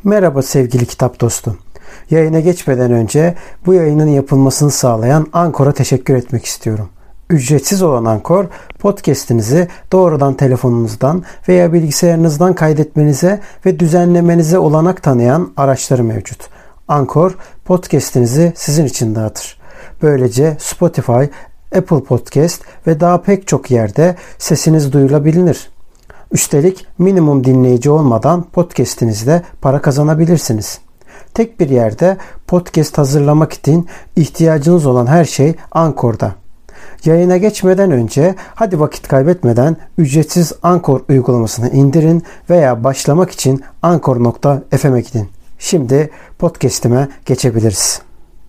Merhaba sevgili kitap dostum. Yayına geçmeden önce bu yayının yapılmasını sağlayan Ankor'a teşekkür etmek istiyorum. Ücretsiz olan Ankor, podcast'inizi doğrudan telefonunuzdan veya bilgisayarınızdan kaydetmenize ve düzenlemenize olanak tanıyan araçları mevcut. Ankor, podcast'inizi sizin için dağıtır. Böylece Spotify, Apple Podcast ve daha pek çok yerde sesiniz duyulabilir. Üstelik minimum dinleyici olmadan podcast'inizde para kazanabilirsiniz. Tek bir yerde podcast hazırlamak için ihtiyacınız olan her şey Ankor'da. Yayına geçmeden önce hadi vakit kaybetmeden ücretsiz Ankor uygulamasını indirin veya başlamak için ankor.fm'e gidin. Şimdi podcast'ime geçebiliriz.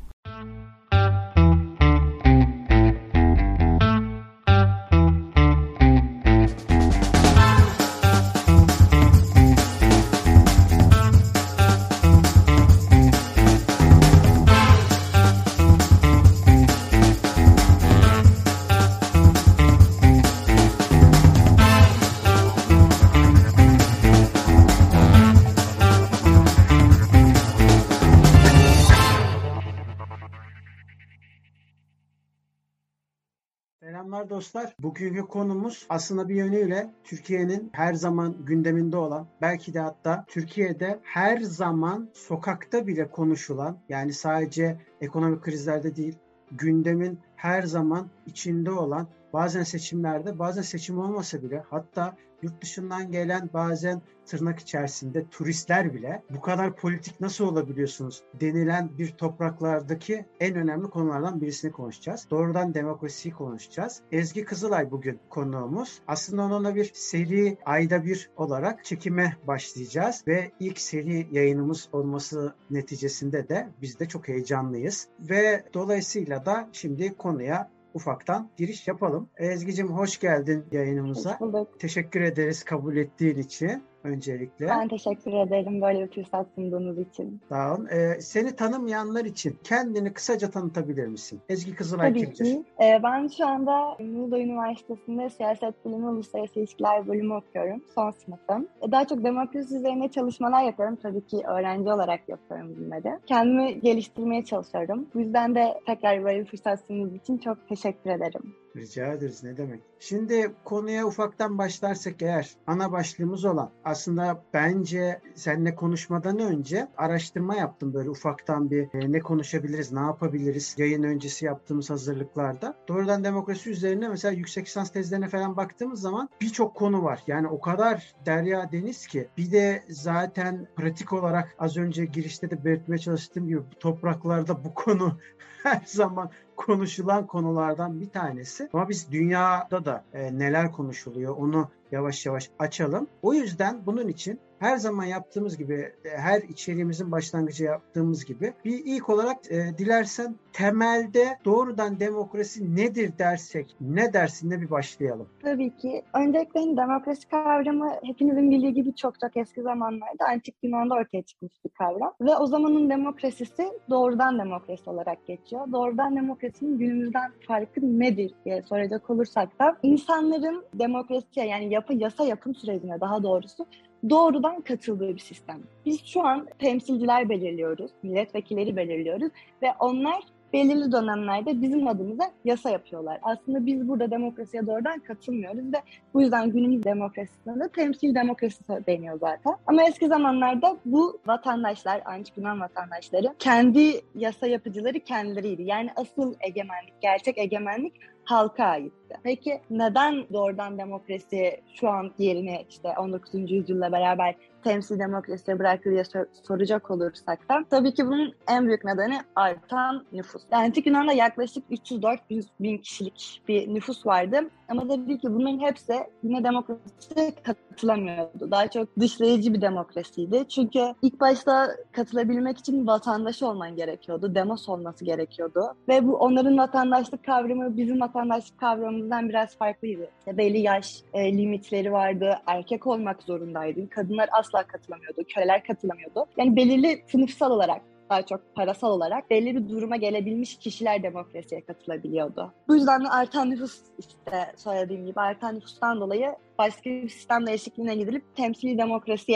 Selamlar dostlar. Bugünkü konumuz aslında bir yönüyle Türkiye'nin her zaman gündeminde olan, belki de hatta Türkiye'de her zaman sokakta bile konuşulan, yani sadece ekonomik krizlerde değil, gündemin her zaman içinde olan, bazen seçimlerde, bazen seçim olmasa bile, hatta yurt dışından gelen bazen tırnak içerisinde turistler bile bu kadar politik nasıl olabiliyorsunuz denilen bir topraklardaki en önemli konulardan birisini konuşacağız. Doğrudan demokrasiyi konuşacağız. Ezgi Kızılay bugün konuğumuz. Aslında onunla bir seri ayda bir olarak çekime başlayacağız ve ilk seri yayınımız olması neticesinde de biz de çok heyecanlıyız ve dolayısıyla da şimdi konuya ufaktan giriş yapalım. Ezgi'cim hoş geldin yayınımıza. Hoş bulduk. Teşekkür ederiz kabul ettiğin için öncelikle. Ben teşekkür ederim böyle bir fırsat sunduğunuz için. Sağ olun. Seni tanımayanlar için kendini kısaca tanıtabilir misin? Ezgi Kızılay Tabii kimdir? ki. Ben şu anda Muğla Üniversitesi'nde Siyaset Bilimi Uluslararası İlişkiler bölümü okuyorum. Son sınıfım. Daha çok demokrasi üzerine çalışmalar yapıyorum. Tabii ki öğrenci olarak yapıyorum bunları. Kendimi geliştirmeye çalışıyorum. Bu yüzden de tekrar böyle bir fırsat sunduğunuz için çok teşekkür ederim. Rica ederiz, ne demek. Şimdi konuya ufaktan başlarsak eğer, ana başlığımız olan, aslında bence seninle konuşmadan önce araştırma yaptım böyle ufaktan bir ne konuşabiliriz, ne yapabiliriz yayın öncesi yaptığımız hazırlıklarda. Doğrudan demokrasi üzerine mesela yüksek lisans tezlerine falan baktığımız zaman birçok konu var. Yani o kadar derya deniz ki, bir de zaten pratik olarak az önce girişte de belirtmeye çalıştığım gibi bu topraklarda bu konu her zaman konuşulan konulardan bir tanesi. Ama biz dünyada da neler konuşuluyor onu yavaş yavaş açalım. O yüzden bunun için her zaman yaptığımız gibi, her içeriğimizin başlangıcı yaptığımız gibi bir ilk olarak dilersen temelde doğrudan demokrasi nedir dersek, ne dersin, ne bir başlayalım. Tabii ki. Öncelikle demokrasi kavramı hepinizin bildiği gibi çok çok eski zamanlarda Antik Yunan'da ortaya çıkmış bir kavram. Ve o zamanın demokrasisi doğrudan demokrasi olarak geçiyor. Doğrudan demokrasinin günümüzden farkı nedir diye soracak olursak da insanların demokrasiye, yani yasa yapım sürecine daha doğrusu doğrudan katıldığı bir sistem. Biz şu an temsilciler belirliyoruz, milletvekilleri belirliyoruz ve onlar belirli dönemlerde bizim adımıza yasa yapıyorlar. Aslında biz burada demokrasiye doğrudan katılmıyoruz ve bu yüzden günümüz demokrasisine de temsil demokrasisi deniyor zaten. Ama eski zamanlarda bu vatandaşlar, Antik Yunan vatandaşları kendi yasa yapıcıları kendileriydi. Yani asıl egemenlik, gerçek egemenlik halka aitti. Peki neden doğrudan demokrasi şu an yerine işte 19. yüzyılla beraber temsil demokrasiye bıraktı diye soracak olursak da tabii ki bunun en büyük nedeni artan nüfus. Yani Antik Yunan'da yaklaşık 304 bin kişilik bir nüfus vardı. Ama tabii ki bunların hepsi yine demokrasiye katılamıyordu. Daha çok dışlayıcı bir demokrasiydi. Çünkü ilk başta katılabilmek için vatandaş olman gerekiyordu. Demos olması gerekiyordu. Ve bu onların vatandaşlık kavramı bizim vatandaşlık kavramımızdan biraz farklıydı. İşte belli yaş limitleri vardı. Erkek olmak zorundaydın. Kadınlar asla katılamıyordu. Köleler katılamıyordu. Yani belirli sınıfsal olarak, daha çok parasal olarak belli bir duruma gelebilmiş kişiler demokrasiye katılabiliyordu. Bu yüzden de artan nüfus, işte söylediğim gibi artan nüfustan dolayı başka bir sistem değişikliğine gidilip temsili demokrasiye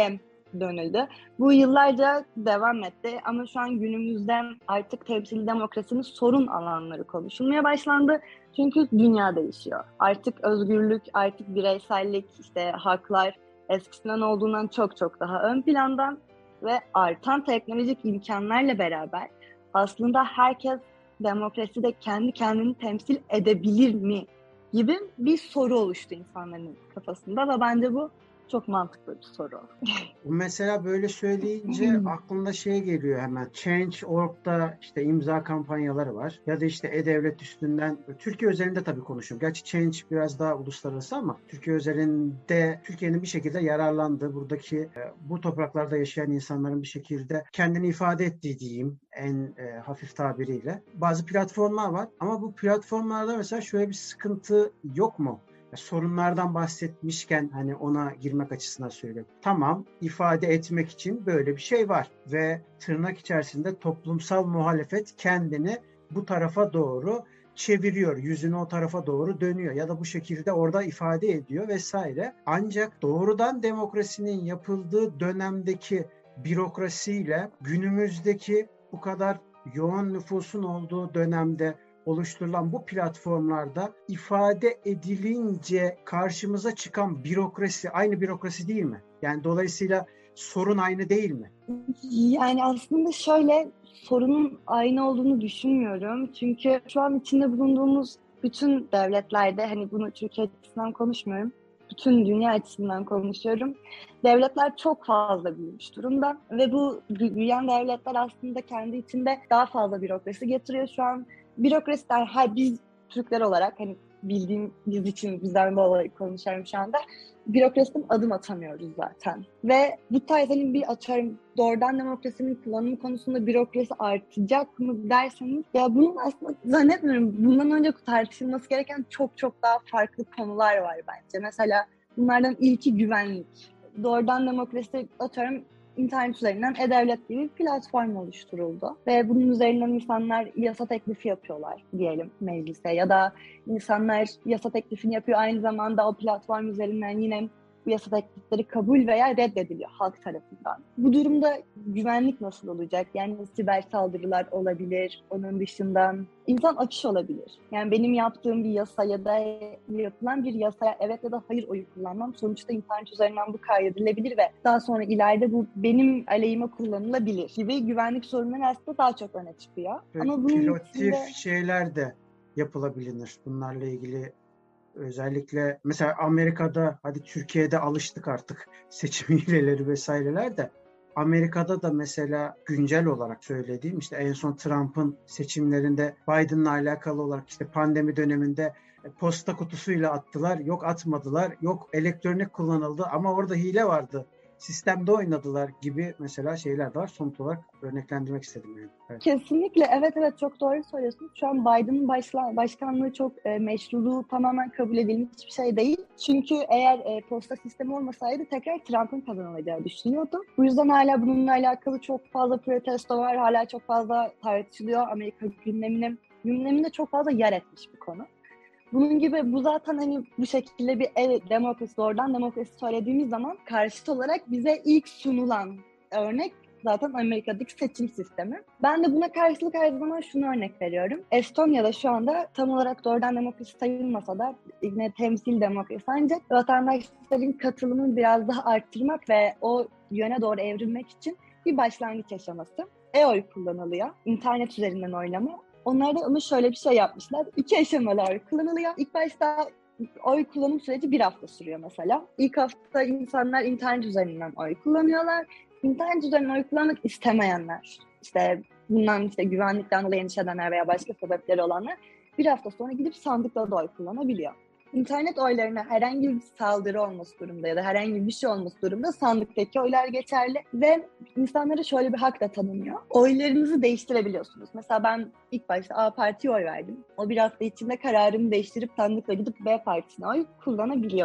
dönüldü. Bu yıllarca devam etti ama şu an günümüzde artık temsili demokrasinin sorun alanları konuşulmaya başlandı. Çünkü dünya değişiyor. Artık özgürlük, artık bireysellik, işte haklar eskisinden olduğundan çok çok daha ön planda ve artan teknolojik imkanlarla beraber aslında herkes demokraside kendi kendini temsil edebilir mi gibi bir soru oluştu insanların kafasında ve bence bu çok mantıklı bir soru. Mesela böyle söyleyince aklımda şey geliyor hemen. Change.org'da işte imza kampanyaları var. Ya da işte E-Devlet üstünden, Türkiye özelinde tabii konuşuyorum. Gerçi Change biraz daha uluslararası ama Türkiye özelinde Türkiye'nin bir şekilde yararlandığı, buradaki bu topraklarda yaşayan insanların bir şekilde kendini ifade ettiği diyeyim en hafif tabiriyle. Bazı platformlar var ama bu platformlarda mesela şöyle bir sıkıntı yok mu? Sorunlardan bahsetmişken hani ona girmek açısından söylüyorum. Tamam, ifade etmek için böyle bir şey var ve tırnak içerisinde toplumsal muhalefet kendini bu tarafa doğru çeviriyor, yüzünü o tarafa doğru dönüyor ya da bu şekilde orada ifade ediyor vesaire. Ancak doğrudan demokrasinin yapıldığı dönemdeki bürokrasiyle günümüzdeki bu kadar yoğun nüfusun olduğu dönemde oluşturulan bu platformlarda ifade edilince karşımıza çıkan bürokrasi aynı bürokrasi değil mi? Yani dolayısıyla sorun aynı değil mi? Yani aslında şöyle, sorunun aynı olduğunu düşünmüyorum. Çünkü şu an içinde bulunduğumuz bütün devletlerde, hani bunu Türkiye açısından konuşmuyorum, bütün dünya açısından konuşuyorum. Devletler çok fazla büyümüş durumda ve bu büyüyen devletler aslında kendi içinde daha fazla bürokrasi getiriyor şu an. Bürokrasi biz Türkler olarak hani bildiğimiz için bizden dolayı konuşuyorum şu anda. Bürokrasiden adım atamıyoruz zaten. Ve bu tarz hani bir atıyorum doğrudan demokrasinin kullanımı konusunda bürokrasi artacak mı derseniz ya bunun aslında zannetmiyorum. Bundan önce tartışılması gereken çok çok daha farklı konular var bence. Mesela bunlardan ilki güvenlik. Doğrudan demokrasi atıyorum internet üzerinden E-Devlet gibi bir platform oluşturuldu. Ve bunun üzerinden insanlar yasa teklifi yapıyorlar diyelim meclise ya da insanlar yasa teklifini yapıyor. Aynı zamanda o platform üzerinden yine bu yasa teklifleri kabul veya reddediliyor halk tarafından. Bu durumda güvenlik nasıl olacak? Yani siber saldırılar olabilir. Onun dışında insan akışı olabilir. Yani benim yaptığım bir yasa ya da yapılan bir yasaya evet ya da hayır oyu kullanmam sonuçta internet üzerinden bu kaydedilebilir ve daha sonra ileride bu benim aleyhime kullanılabilir gibi güvenlik sorunları aslında daha çok öne çıkıyor. Ama bunun pilotif şeyler de yapılabilir bunlarla ilgili. Özellikle mesela Amerika'da, hadi Türkiye'de alıştık artık seçim hileleri vesaireler de Amerika'da da mesela güncel olarak söylediğim işte en son Trump'ın seçimlerinde Biden'la alakalı olarak işte pandemi döneminde posta kutusuyla attılar, yok atmadılar, yok elektronik kullanıldı ama orada hile vardı. Sistemde oynadılar gibi mesela şeyler var. Somut olarak örneklendirmek istedim yani. Evet. Kesinlikle evet çok doğru söylüyorsunuz. Şu an Biden'ın başkanlığı çok meşruluğu tamamen kabul edilmiş bir şey değil. Çünkü eğer posta sistemi olmasaydı tekrar Trump'ın kazanacağı düşünüyordu. Bu yüzden hala bununla alakalı çok fazla protesto var. Hala çok fazla tartışılıyor. Amerika gündeminde çok fazla yer etmiş bir konu. Bunun gibi bu zaten hani bu şekilde bir demokrasi, doğrudan demokrasi söylediğimiz zaman karşıt olarak bize ilk sunulan örnek zaten Amerika'daki seçim sistemi. Ben de buna karşılık her zaman şunu örnek veriyorum. Estonya'da şu anda tam olarak doğrudan demokrasi sayılmasa da yine temsil demokrasi ancak vatandaşların katılımını biraz daha arttırmak ve o yöne doğru evrilmek için bir başlangıç aşaması. E-oy kullanılıyor. İnternet üzerinden oylama. Onlar da ama şöyle bir şey yapmışlar. 2 aşamalı oy kullanılıyor. İlk başta oy kullanım süreci 1 hafta sürüyor mesela. İlk hafta insanlar internet üzerinden oy kullanıyorlar. İnternet üzerinden oy kullanmak istemeyenler, işte bundan işte güvenlikten dolayı endişe edenler veya başka sebepleri olanlar 1 hafta sonra gidip sandıkla da oy kullanabiliyor. İnternet oylarına herhangi bir saldırı olması durumda ya da herhangi bir şey olması durumda sandıktaki oylar geçerli ve insanlara şöyle bir hak da tanınıyor. Oylarınızı değiştirebiliyorsunuz. Mesela ben ilk başta A partiye oy verdim. O 1 hafta içinde kararımı değiştirip sandıkla gidip B partisine oy kullanabiliyorum.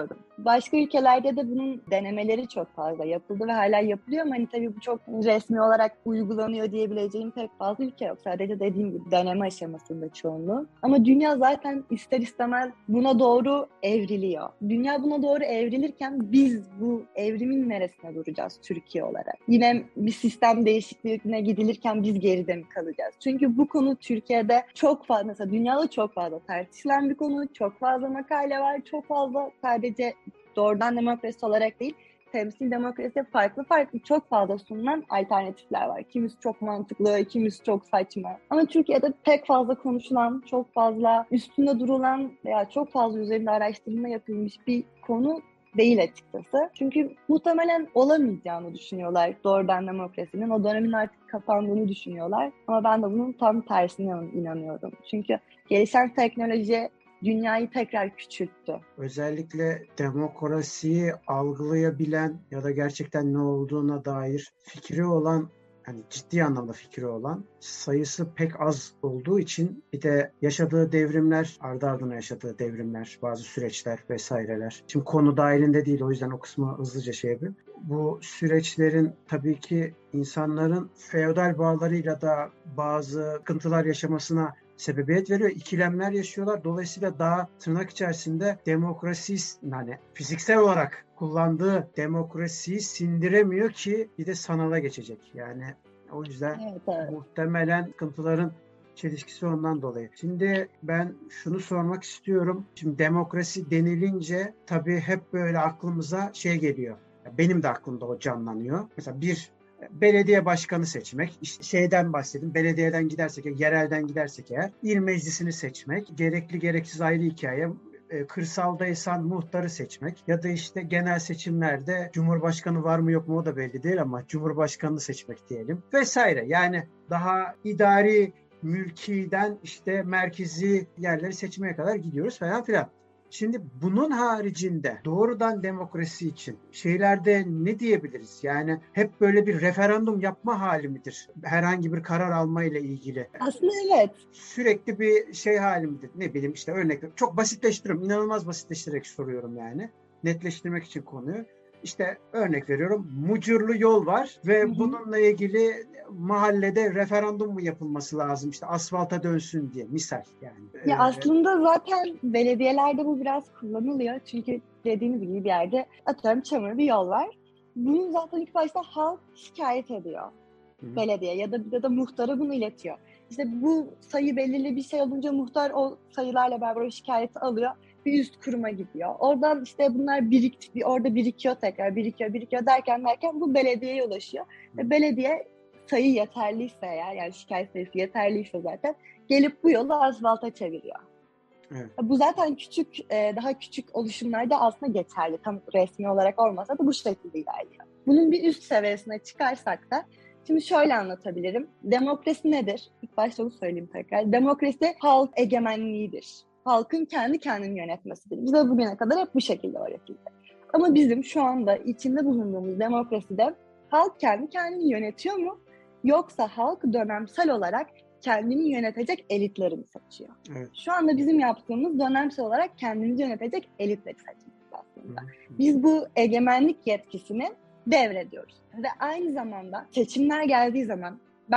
Başka ülkelerde de bunun denemeleri çok fazla yapıldı ve hala yapılıyor ama hani tabii bu çok resmi olarak uygulanıyor diyebileceğim pek fazla ülke yok. Sadece dediğim gibi deneme aşamasında çoğunluğu. Ama dünya zaten ister istemez buna doğru evriliyor. Dünya buna doğru evrilirken biz bu evrimin neresine duracağız Türkiye olarak? Yine bir sistem değişikliğine gidilirken biz geride mi kalacağız? Çünkü bu konu Türkiye'de çok fazla, mesela dünyada çok fazla tartışılan bir konu, çok fazla makale var, çok fazla sadece doğrudan demokrasi olarak değil, temsil demokrasiye farklı çok fazla sunulan alternatifler var. Kimisi çok mantıklı, kimisi çok saçma. Ama Türkiye'de pek fazla konuşulan, çok fazla üstünde durulan veya çok fazla üzerinde araştırma yapılmış bir konu değil açıkçası. Çünkü muhtemelen olamayacağını düşünüyorlar doğrudan demokrasinin. O dönemin artık kapandığını düşünüyorlar. Ama ben de bunun tam tersine inanıyorum. Çünkü gelişen teknoloji dünyayı tekrar küçülttü. Özellikle demokrasiyi algılayabilen ya da gerçekten ne olduğuna dair fikri olan, hani ciddi anlamda fikri olan sayısı pek az olduğu için, bir de yaşadığı devrimler, ardı ardına yaşadığı devrimler, bazı süreçler vesaireler. Şimdi konu dahilinde değil, o yüzden o kısmı hızlıca şey yapayım. Bu süreçlerin tabii ki insanların feodal bağlarıyla da bazı sıkıntılar yaşamasına sebebiyet veriyor. İkilemler yaşıyorlar. Dolayısıyla daha tırnak içerisinde demokrasi, yani fiziksel olarak kullandığı demokrasiyi sindiremiyor ki bir de sanala geçecek. Yani o yüzden Evet. muhtemelen sıkıntıların çelişkisi ondan dolayı. Şimdi ben şunu sormak istiyorum. Şimdi demokrasi denilince tabii hep böyle aklımıza şey geliyor. Benim de aklımda o canlanıyor. Mesela bir belediye başkanı seçmek, işte şeyden bahsedeyim, belediyeden gidersek, yerelden gidersek eğer, il meclisini seçmek, gerekli gereksiz ayrı hikaye, kırsaldaysan muhtarı seçmek ya da işte genel seçimlerde cumhurbaşkanı var mı yok mu o da belli değil ama cumhurbaşkanını seçmek diyelim vesaire. Yani daha idari mülkiden işte merkezi yerleri seçmeye kadar gidiyoruz falan filan. Şimdi bunun haricinde doğrudan demokrasi için şeylerde ne diyebiliriz? Yani hep böyle bir referandum yapma hali midir? Herhangi bir karar alma ile ilgili. Aslında evet. Sürekli bir şey hali midir? Ne bileyim işte örnek. Çok basitleştiriyorum. İnanılmaz basitleştirerek soruyorum yani. Netleştirmek için konuyu. İşte örnek veriyorum, mucurlu yol var ve bununla ilgili mahallede referandum mu yapılması lazım, işte asfalta dönsün diye, misal yani. Ya aslında zaten belediyelerde bu biraz kullanılıyor. Çünkü dediğiniz gibi bir yerde atıyorum çamur bir yol var. Bunu zaten ilk başta halk şikayet ediyor. Belediye ya da muhtara bunu iletiyor. İşte bu sayı belirli bir şey olunca muhtar o sayılarla beraber o şikayeti alıyor. Bir üst kuruma gidiyor. Oradan işte bunlar orada birikiyor, tekrar birikiyor derken bu belediyeye ulaşıyor. Ve belediye sayı yeterliyse eğer, yani şikayet sayısı yeterliyse zaten gelip bu yolu asfalta çeviriyor. Evet. Bu zaten daha küçük oluşumlarda aslında geçerli. Tam resmi olarak olmasa da bu şekilde ilerliyor. Bunun bir üst seviyesine çıkarsak da şimdi şöyle anlatabilirim. Demokrasi nedir? İlk başta bunu söyleyeyim tekrar. Demokrasi halk egemenliğidir. Halkın kendi kendini yönetmesidir. Bize bugüne kadar hep bu şekilde öğretildi. Ama bizim şu anda içinde bulunduğumuz demokraside halk kendi kendini yönetiyor mu? Yoksa halk dönemsel olarak kendini yönetecek elitlerini seçiyor. Evet. Şu anda bizim yaptığımız dönemsel olarak kendimizi yönetecek elitleri seçmek aslında. Biz bu egemenlik yetkisini devrediyoruz. Ve aynı zamanda seçimler geldiği zaman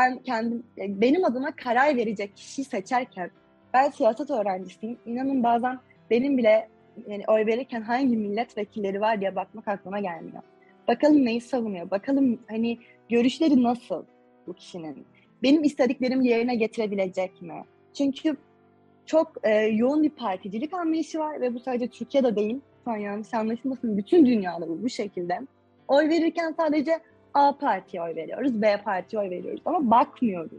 benim adıma karar verecek kişiyi seçerken, ben siyaset öğrencisiyim. İnanın bazen benim bile yani oy verirken hangi milletvekilleri var diye bakmak aklıma gelmiyor. Bakalım neyi savunuyor, bakalım hani görüşleri nasıl bu kişinin. Benim istediklerimi yerine getirebilecek mi? Çünkü çok yoğun bir particilik anlayışı var ve bu sadece Türkiye'de değil. Şu an yanlış anlaşılmasın, bütün dünyada bu şekilde. Oy verirken sadece A partiye oy veriyoruz, B partiye oy veriyoruz ama bakmıyoruz.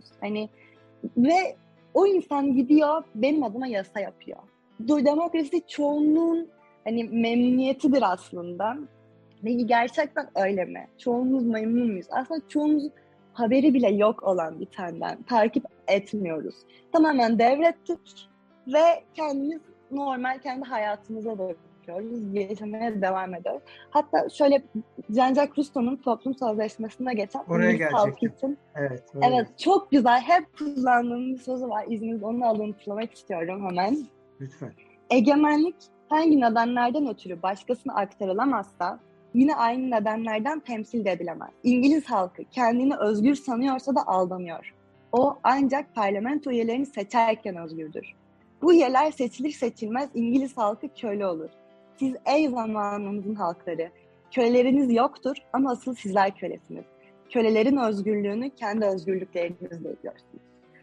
Ve o insan gidiyor benim adıma yasa yapıyor. Demokrasi çoğunluğun memnuniyetidir aslında. Ve gerçekten öyle mi? Çoğumuz memnun muyuz? Aslında çoğumuzun haberi bile yok olan bir trenden takip etmiyoruz. Tamamen devrettik ve kendimiz normal kendi hayatımıza bakıyoruz. Yaşamaya devam ediyoruz. Hatta şöyle Jean-Jacques Rousseau'nun Toplum Sözleşmesi'nde geçen halk için. Evet, çok güzel. Hep kullandığım bir sözü var. İzninizle onu alıntılamak istiyorum hemen. Lütfen. Egemenlik hangi nedenlerden ötürü başkasına aktarılamazsa yine aynı nedenlerden temsil de edilemez. İngiliz halkı kendini özgür sanıyorsa da aldanıyor. O ancak parlamento üyelerini seçerken özgürdür. Bu üyeler seçilir seçilmez İngiliz halkı köle olur. Siz ey zamanımızın halkları, köleleriniz yoktur ama asıl sizler kölesiniz. Kölelerin özgürlüğünü kendi özgürlüklerinizle ediyorsunuz.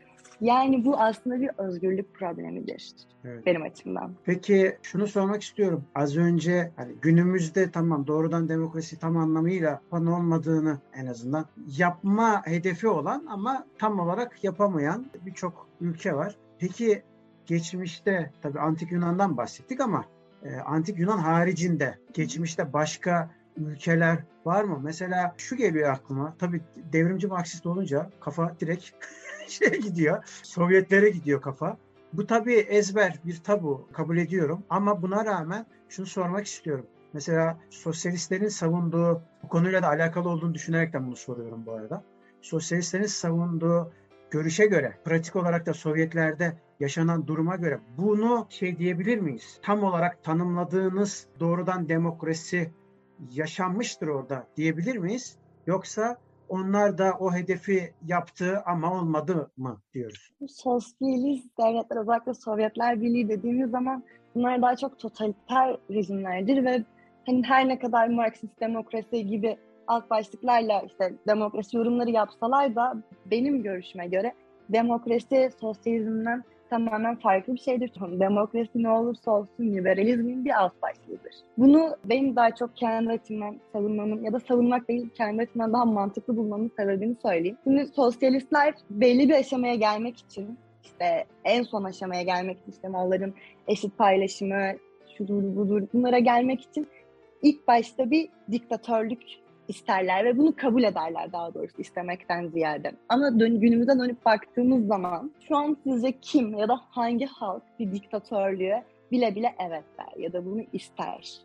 Yani bu aslında bir özgürlük problemidir, evet, benim açımdan. Peki şunu sormak istiyorum. Az önce hani günümüzde tamam doğrudan demokrasi tam anlamıyla olmadığını en azından yapma hedefi olan ama tam olarak yapamayan birçok ülke var. Peki geçmişte tabii Antik Yunan'dan bahsettik ama Antik Yunan haricinde geçmişte başka ülkeler var mı? Mesela şu geliyor aklıma. Tabii devrimci Marksist olunca kafa direkt gidiyor. Sovyetlere gidiyor kafa. Bu tabii ezber bir tabu, kabul ediyorum. Ama buna rağmen şunu sormak istiyorum. Mesela sosyalistlerin savunduğu, bu konuyla da alakalı olduğunu düşünerekten bunu soruyorum bu arada. Sosyalistlerin savunduğu görüşe göre, pratik olarak da Sovyetlerde yaşanan duruma göre bunu diyebilir miyiz? Tam olarak tanımladığınız doğrudan demokrasi yaşanmıştır orada diyebilir miyiz? Yoksa onlar da o hedefi yaptı ama olmadı mı diyoruz? Sosyalist devletler, özellikle Sovyetler Birliği dediğimiz zaman bunlar daha çok totaliter rejimlerdir ve hani her ne kadar Marksist demokrasi gibi alt başlıklarla işte demokrasi yorumları yapsalar da benim görüşüme göre demokrasi sosyalizmden tamamen farklı bir şeydir. Demokrasi ne olursa olsun liberalizmin bir alt başlığıdır. Bunu benim daha çok kendi açımdan savunmamın ya da savunmak değil kendi açımdan daha mantıklı bulmamın sebebini söyleyeyim. Şimdi sosyalistler belli bir aşamaya gelmek için işte en son aşamaya gelmek için işte malların eşit paylaşımı, şudur budur bunlara gelmek için ilk başta bir diktatörlük isterler ve bunu kabul ederler daha doğrusu istemekten ziyade. Ama günümüzden dönüp baktığımız zaman şu an sizce kim ya da hangi halk bir diktatörlüğe bile bile evet der ya da bunu ister?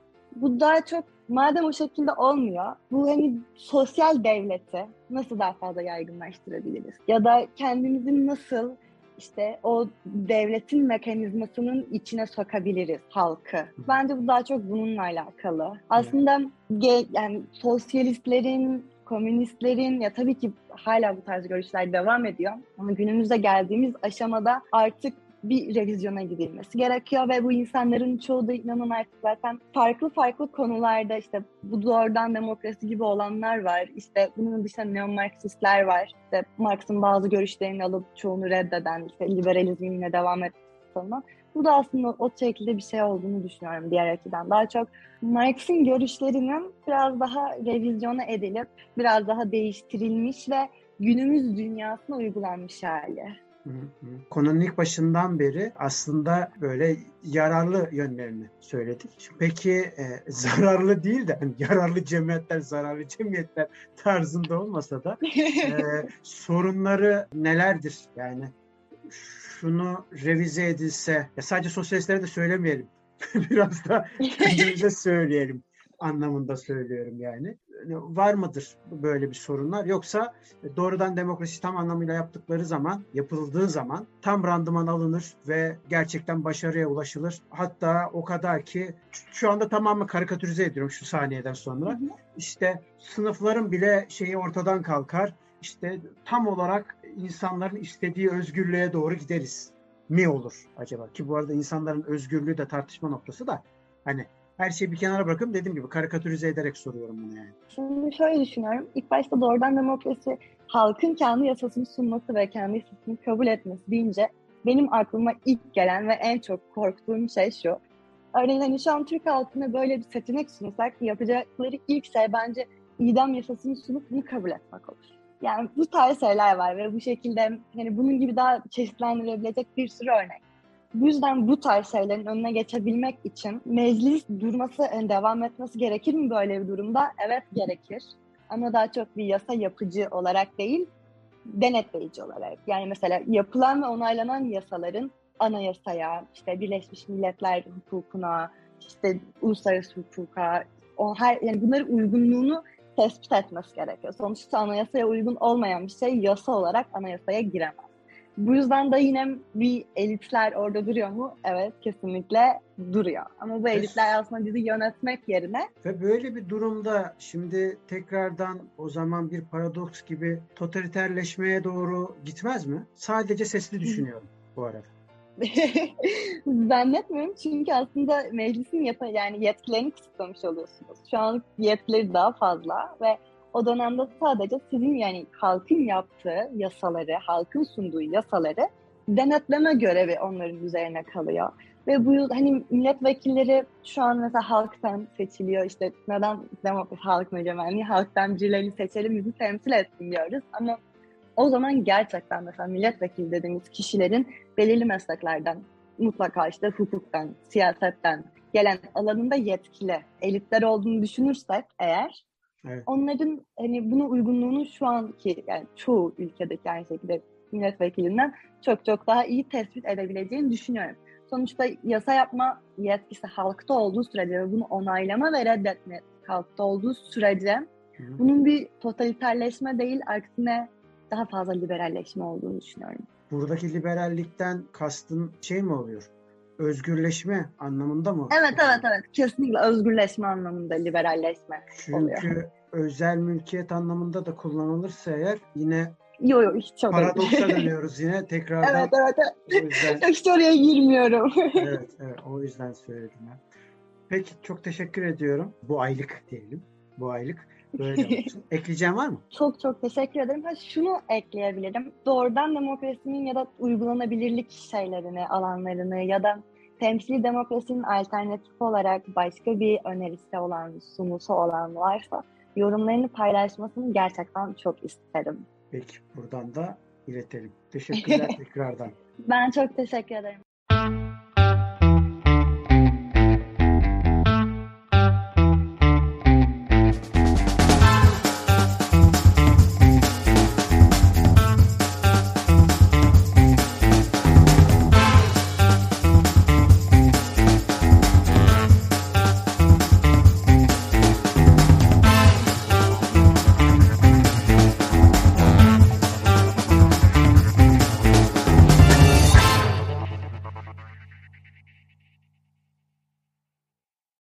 Bu daha çok madem o şekilde olmuyor, bu hani sosyal devleti nasıl daha fazla yaygınlaştırabiliriz? Ya da kendimizi nasıl işte o devletin mekanizmasının içine sokabiliriz halkı. Bence bu daha çok bununla alakalı. Aslında yani sosyalistlerin, komünistlerin ya tabii ki hala bu tarz görüşler devam ediyor. Ama günümüzde geldiğimiz aşamada artık bir revizyona gidilmesi gerekiyor ve bu insanların çoğu da inanın artık zaten farklı konularda işte bu doğrudan demokrasi gibi olanlar var. İşte bunun dışında neo-Marksistler var. İşte Marx'ın bazı görüşlerini alıp çoğunu reddeden, işte liberalizmine devam etmek. Bu da aslında o şekilde bir şey olduğunu düşünüyorum diğer açıdan. Daha çok Marx'ın görüşlerinin biraz daha revizyona edilip biraz daha değiştirilmiş ve günümüz dünyasına uygulanmış hali. Konunun ilk başından beri aslında böyle yararlı yönlerini söyledik. Peki zararlı değil de yani yararlı cemiyetler, zararlı cemiyetler tarzında olmasa da sorunları nelerdir? Yani şunu revize edilse, ya sadece sosyalistlere de söylemeyelim. Biraz da kendimize söyleyelim anlamında söylüyorum yani. Var mıdır böyle bir sorunlar? Yoksa doğrudan demokrasi tam anlamıyla yapıldığı zaman tam randıman alınır ve gerçekten başarıya ulaşılır. Hatta o kadar ki şu anda tamamen karikatürize ediyorum şu saniyeden sonra. İşte sınıfların bile ortadan kalkar. İşte tam olarak insanların istediği özgürlüğe doğru gideriz mi olur acaba? Ki bu arada insanların özgürlüğü de tartışma noktası da hani her şeyi bir kenara bırakıp dediğim gibi karikatürize ederek soruyorum bunu yani. Şimdi şöyle düşünüyorum. İlk başta doğrudan demokrasi halkın kendi yasasını sunması ve kendi yasasını kabul etmesi deyince benim aklıma ilk gelen ve en çok korktuğum şey şu. Örneğin hani şu an Türk halkına böyle bir seçenek sunsak yapacakları ilk şey bence idam yasasını sunup bunu kabul etmek olur. Yani bu tarz şeyler var ve bu şekilde hani bunun gibi daha çeşitlendirebilecek bir sürü örnek. Bu yüzden bu tarz şeylerin önüne geçebilmek için meclis durması, devam etmesi gerekir mi böyle bir durumda? Evet gerekir. Ama daha çok bir yasa yapıcı olarak değil, denetleyici olarak. Yani mesela yapılan ve onaylanan yasaların anayasaya, işte Birleşmiş Milletler hukukuna, işte uluslararası hukuka, yani bunların uygunluğunu tespit etmesi gerekiyor. Sonuçta anayasaya uygun olmayan bir şey yasa olarak anayasaya giremez. Bu yüzden de yine bir elitler orada duruyor mu? Evet, kesinlikle duruyor. Ama bu elitler aslında bizi yönetmek yerine... Ve böyle bir durumda şimdi tekrardan o zaman bir paradoks gibi totaliterleşmeye doğru gitmez mi? Sadece sesli düşünüyorum bu arada. Zannetmiyorum, çünkü aslında meclisin yani yetkilerini kısıtlamış oluyorsunuz. Şu an yetkileri daha fazla ve o dönemde sadece sizin, yani halkın yaptığı yasaları, halkın sunduğu yasaları denetleme görevi onların üzerine kalıyor. Ve bu hani milletvekilleri şu an mesela halktan seçiliyor. İşte neden demokrasi, halk egemenliği, halktan birilerini seçelim, bizi temsil etsin diyoruz. Ama o zaman gerçekten mesela milletvekili dediğimiz kişilerin belirli mesleklerden, mutlaka işte hukuktan, siyasetten gelen alanında yetkili elitler olduğunu düşünürsek eğer, evet, onların hani buna uygunluğunu şu anki, yani çoğu ülkedeki aynı şekilde milletvekilinden çok çok daha iyi tespit edebileceğini düşünüyorum. Sonuçta yasa yapma yetkisi halkta olduğu sürece ve bunu onaylama ve reddetme halkta olduğu sürece bunun bir totaliterleşme değil, aksine daha fazla liberalleşme olduğunu düşünüyorum. Buradaki liberallikten kastın şey mi oluyor? Özgürleşme anlamında mı? Evet. Kesinlikle özgürleşme anlamında liberalleşme oluyor. Çünkü özel mülkiyet anlamında da kullanılırsa eğer yine hiç paradoksa dönüyoruz yine tekrardan. Evet. O yüzden... Hiç oraya girmiyorum. evet, o yüzden söyledim ben. Peki, çok teşekkür ediyorum. Bu aylık diyelim. Bu aylık böyle olsun. Ekleyeceğin var mı? Çok teşekkür ederim. Şunu ekleyebilirim. Doğrudan demokrasinin ya da uygulanabilirlik şeylerini, alanlarını ya da temsili demokrasinin alternatifi olarak başka bir önerisi olan, sunusu olan varsa yorumlarını paylaşmasını gerçekten çok isterim. Peki, buradan da iletelim. Teşekkürler tekrardan. Ben çok teşekkür ederim.